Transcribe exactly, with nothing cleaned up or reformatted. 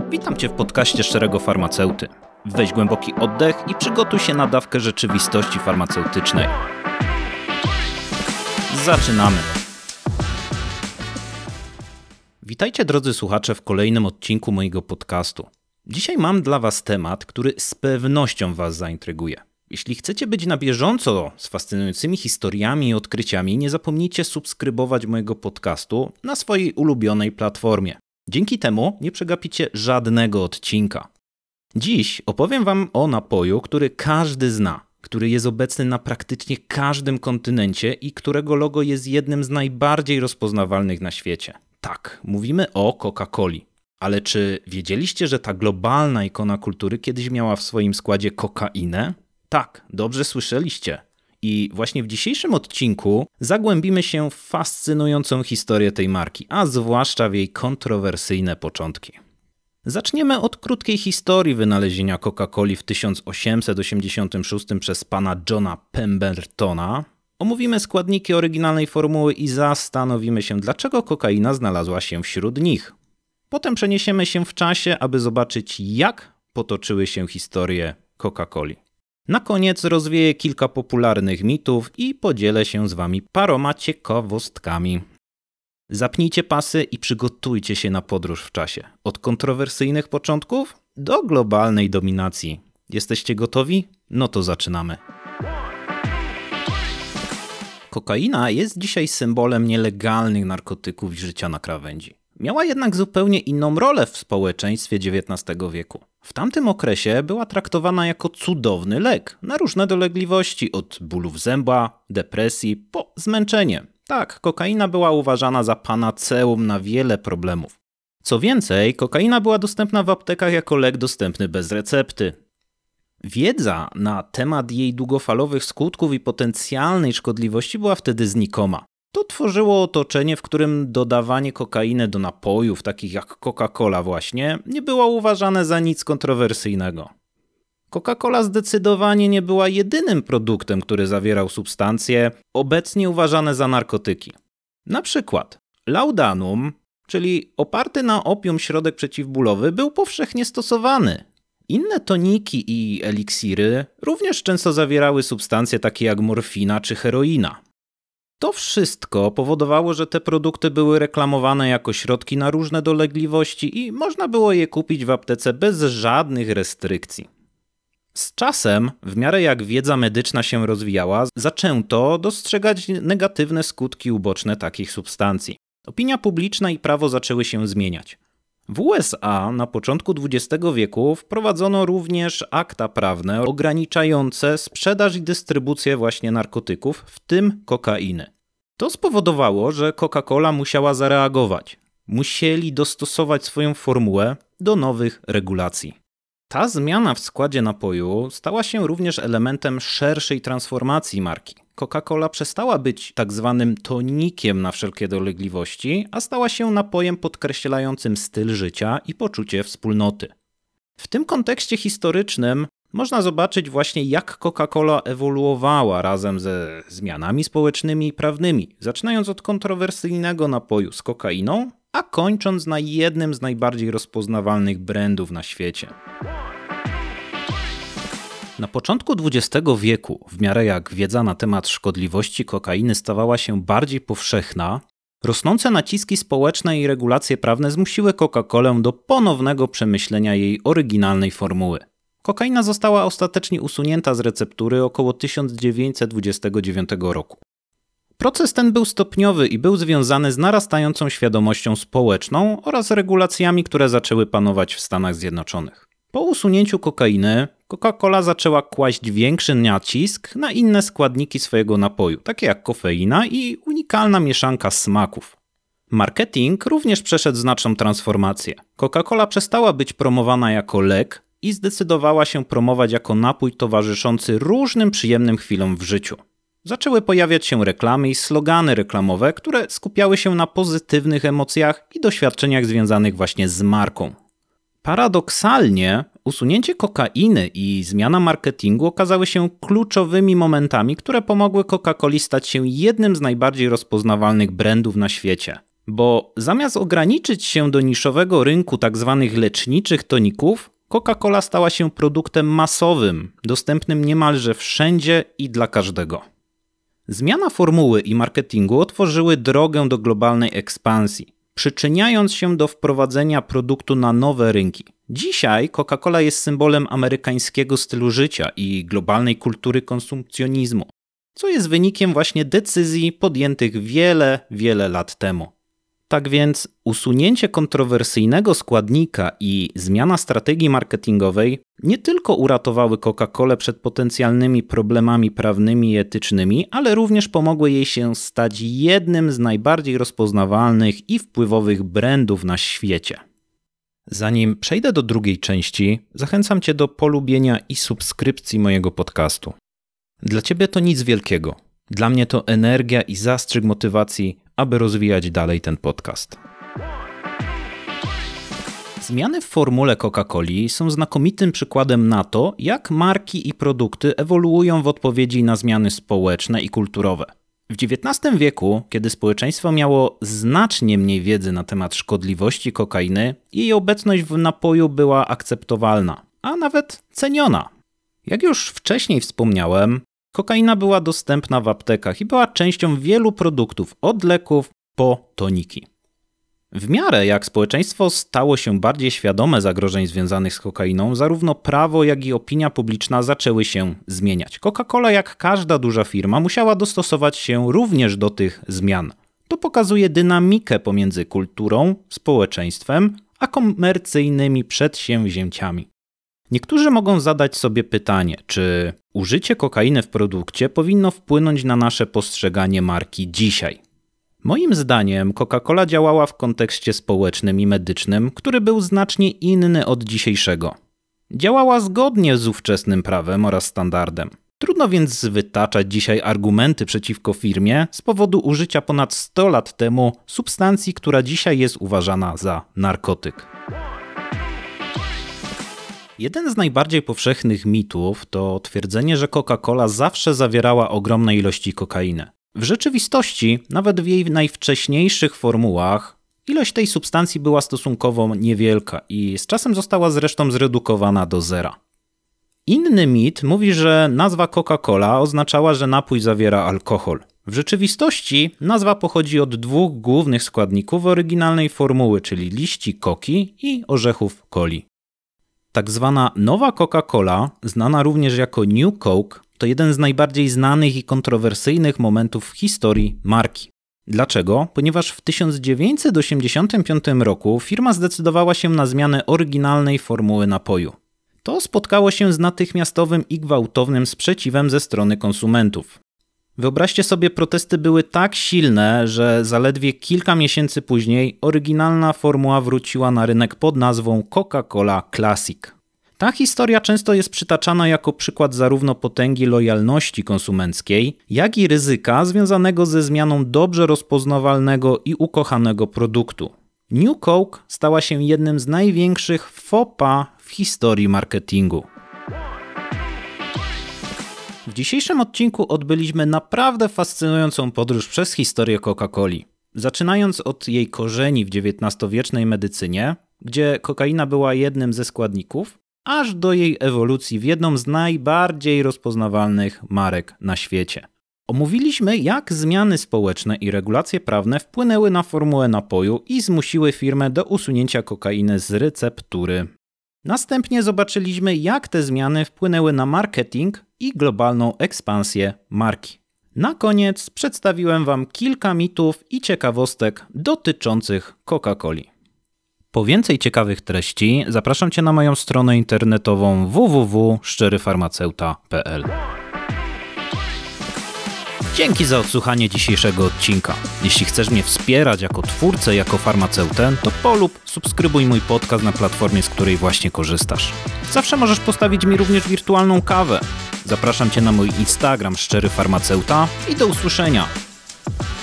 Witam Cię w podcaście Szczerego Farmaceuty. Weź głęboki oddech i przygotuj się na dawkę rzeczywistości farmaceutycznej. Zaczynamy! Witajcie drodzy słuchacze w kolejnym odcinku mojego podcastu. Dzisiaj mam dla Was temat, który z pewnością Was zaintryguje. Jeśli chcecie być na bieżąco z fascynującymi historiami i odkryciami, nie zapomnijcie subskrybować mojego podcastu na swojej ulubionej platformie. Dzięki temu nie przegapicie żadnego odcinka. Dziś opowiem Wam o napoju, który każdy zna, który jest obecny na praktycznie każdym kontynencie i którego logo jest jednym z najbardziej rozpoznawalnych na świecie. Tak, mówimy o Coca-Coli. Ale czy wiedzieliście, że ta globalna ikona kultury kiedyś miała w swoim składzie kokainę? Tak, dobrze słyszeliście. I właśnie w dzisiejszym odcinku zagłębimy się w fascynującą historię tej marki, a zwłaszcza w jej kontrowersyjne początki. Zaczniemy od krótkiej historii wynalezienia Coca-Coli w tysiąc osiemset osiemdziesiątym szóstym przez pana Johna Pembertona. Omówimy składniki oryginalnej formuły i zastanowimy się, dlaczego kokaina znalazła się wśród nich. Potem przeniesiemy się w czasie, aby zobaczyć, jak potoczyły się historie Coca-Coli. Na koniec rozwieję kilka popularnych mitów i podzielę się z Wami paroma ciekawostkami. Zapnijcie pasy i przygotujcie się na podróż w czasie. Od kontrowersyjnych początków do globalnej dominacji. Jesteście gotowi? No to zaczynamy. Kokaina jest dzisiaj symbolem nielegalnych narkotyków i życia na krawędzi. Miała jednak zupełnie inną rolę w społeczeństwie dziewiętnastego wieku. W tamtym okresie była traktowana jako cudowny lek na różne dolegliwości, od bólów zęba, depresji, po zmęczenie. Tak, kokaina była uważana za panaceum na wiele problemów. Co więcej, kokaina była dostępna w aptekach jako lek dostępny bez recepty. Wiedza na temat jej długofalowych skutków i potencjalnej szkodliwości była wtedy znikoma. To tworzyło otoczenie, w którym dodawanie kokainy do napojów, takich jak Coca-Cola właśnie, nie było uważane za nic kontrowersyjnego. Coca-Cola zdecydowanie nie była jedynym produktem, który zawierał substancje obecnie uważane za narkotyki. Na przykład laudanum, czyli oparty na opium środek przeciwbólowy, był powszechnie stosowany. Inne toniki i eliksiry również często zawierały substancje takie jak morfina czy heroina. To wszystko powodowało, że te produkty były reklamowane jako środki na różne dolegliwości i można było je kupić w aptece bez żadnych restrykcji. Z czasem, w miarę jak wiedza medyczna się rozwijała, zaczęto dostrzegać negatywne skutki uboczne takich substancji. Opinia publiczna i prawo zaczęły się zmieniać. W U S A na początku dwudziestego wieku wprowadzono również akta prawne ograniczające sprzedaż i dystrybucję właśnie narkotyków, w tym kokainy. To spowodowało, że Coca-Cola musiała zareagować. Musieli dostosować swoją formułę do nowych regulacji. Ta zmiana w składzie napoju stała się również elementem szerszej transformacji marki. Coca-Cola przestała być tak zwanym tonikiem na wszelkie dolegliwości, a stała się napojem podkreślającym styl życia i poczucie wspólnoty. W tym kontekście historycznym można zobaczyć właśnie, jak Coca-Cola ewoluowała razem ze zmianami społecznymi i prawnymi, zaczynając od kontrowersyjnego napoju z kokainą, a kończąc na jednym z najbardziej rozpoznawalnych brandów na świecie. Na początku dwudziestego wieku, w miarę jak wiedza na temat szkodliwości kokainy stawała się bardziej powszechna, rosnące naciski społeczne i regulacje prawne zmusiły Coca-Colę do ponownego przemyślenia jej oryginalnej formuły. Kokaina została ostatecznie usunięta z receptury około tysiąc dziewięćset dwudziestego dziewiątego roku. Proces ten był stopniowy i był związany z narastającą świadomością społeczną oraz regulacjami, które zaczęły panować w Stanach Zjednoczonych. Po usunięciu kokainy, Coca-Cola zaczęła kłaść większy nacisk na inne składniki swojego napoju, takie jak kofeina i unikalna mieszanka smaków. Marketing również przeszedł znaczną transformację. Coca-Cola przestała być promowana jako lek i zdecydowała się promować jako napój towarzyszący różnym przyjemnym chwilom w życiu. Zaczęły pojawiać się reklamy i slogany reklamowe, które skupiały się na pozytywnych emocjach i doświadczeniach związanych właśnie z marką. Paradoksalnie usunięcie kokainy i zmiana marketingu okazały się kluczowymi momentami, które pomogły Coca-Coli stać się jednym z najbardziej rozpoznawalnych brandów na świecie. Bo zamiast ograniczyć się do niszowego rynku tzw. leczniczych toników, Coca-Cola stała się produktem masowym, dostępnym niemalże wszędzie i dla każdego. Zmiana formuły i marketingu otworzyły drogę do globalnej ekspansji, przyczyniając się do wprowadzenia produktu na nowe rynki. Dzisiaj Coca-Cola jest symbolem amerykańskiego stylu życia i globalnej kultury konsumpcjonizmu, co jest wynikiem właśnie decyzji podjętych wiele, wiele lat temu. Tak więc usunięcie kontrowersyjnego składnika i zmiana strategii marketingowej nie tylko uratowały Coca-Colę przed potencjalnymi problemami prawnymi i etycznymi, ale również pomogły jej się stać jednym z najbardziej rozpoznawalnych i wpływowych brandów na świecie. Zanim przejdę do drugiej części, zachęcam Cię do polubienia i subskrypcji mojego podcastu. Dla Ciebie to nic wielkiego. Dla mnie to energia i zastrzyk motywacji, aby rozwijać dalej ten podcast. Zmiany w formule Coca-Coli są znakomitym przykładem na to, jak marki i produkty ewoluują w odpowiedzi na zmiany społeczne i kulturowe. W dziewiętnastym wieku, kiedy społeczeństwo miało znacznie mniej wiedzy na temat szkodliwości kokainy, jej obecność w napoju była akceptowalna, a nawet ceniona. Jak już wcześniej wspomniałem, kokaina była dostępna w aptekach i była częścią wielu produktów, od leków po toniki. W miarę jak społeczeństwo stało się bardziej świadome zagrożeń związanych z kokainą, zarówno prawo, jak i opinia publiczna zaczęły się zmieniać. Coca-Cola, jak każda duża firma, musiała dostosować się również do tych zmian. To pokazuje dynamikę pomiędzy kulturą, społeczeństwem, a komercyjnymi przedsięwzięciami. Niektórzy mogą zadać sobie pytanie, czy użycie kokainy w produkcie powinno wpłynąć na nasze postrzeganie marki dzisiaj. Moim zdaniem Coca-Cola działała w kontekście społecznym i medycznym, który był znacznie inny od dzisiejszego. Działała zgodnie z ówczesnym prawem oraz standardem. Trudno więc wytaczać dzisiaj argumenty przeciwko firmie z powodu użycia ponad sto lat temu substancji, która dzisiaj jest uważana za narkotyk. Jeden z najbardziej powszechnych mitów to twierdzenie, że Coca-Cola zawsze zawierała ogromne ilości kokainy. W rzeczywistości, nawet w jej najwcześniejszych formułach, ilość tej substancji była stosunkowo niewielka i z czasem została zresztą zredukowana do zera. Inny mit mówi, że nazwa Coca-Cola oznaczała, że napój zawiera alkohol. W rzeczywistości nazwa pochodzi od dwóch głównych składników oryginalnej formuły, czyli liści koki i orzechów coli. Tak zwana nowa Coca-Cola, znana również jako New Coke, to jeden z najbardziej znanych i kontrowersyjnych momentów w historii marki. Dlaczego? Ponieważ w tysiąc dziewięćset osiemdziesiątym piątym roku firma zdecydowała się na zmianę oryginalnej formuły napoju. To spotkało się z natychmiastowym i gwałtownym sprzeciwem ze strony konsumentów. Wyobraźcie sobie, protesty były tak silne, że zaledwie kilka miesięcy później oryginalna formuła wróciła na rynek pod nazwą Coca-Cola Classic. Ta historia często jest przytaczana jako przykład zarówno potęgi lojalności konsumenckiej, jak i ryzyka związanego ze zmianą dobrze rozpoznawalnego i ukochanego produktu. New Coke stała się jednym z największych faux pas w historii marketingu. W dzisiejszym odcinku odbyliśmy naprawdę fascynującą podróż przez historię Coca-Coli. Zaczynając od jej korzeni w dziewiętnastowiecznej medycynie, gdzie kokaina była jednym ze składników, aż do jej ewolucji w jedną z najbardziej rozpoznawalnych marek na świecie. Omówiliśmy, jak zmiany społeczne i regulacje prawne wpłynęły na formułę napoju i zmusiły firmę do usunięcia kokainy z receptury. Następnie zobaczyliśmy, jak te zmiany wpłynęły na marketing i globalną ekspansję marki. Na koniec przedstawiłem Wam kilka mitów i ciekawostek dotyczących Coca-Coli. Po więcej ciekawych treści zapraszam Cię na moją stronę internetową w w w kropka szczery farmaceuta kropka p l. Dzięki za odsłuchanie dzisiejszego odcinka. Jeśli chcesz mnie wspierać jako twórcę, jako farmaceutę, to polub, subskrybuj mój podcast na platformie, z której właśnie korzystasz. Zawsze możesz postawić mi również wirtualną kawę. Zapraszam Cię na mój Instagram szczery farmaceuta i do usłyszenia.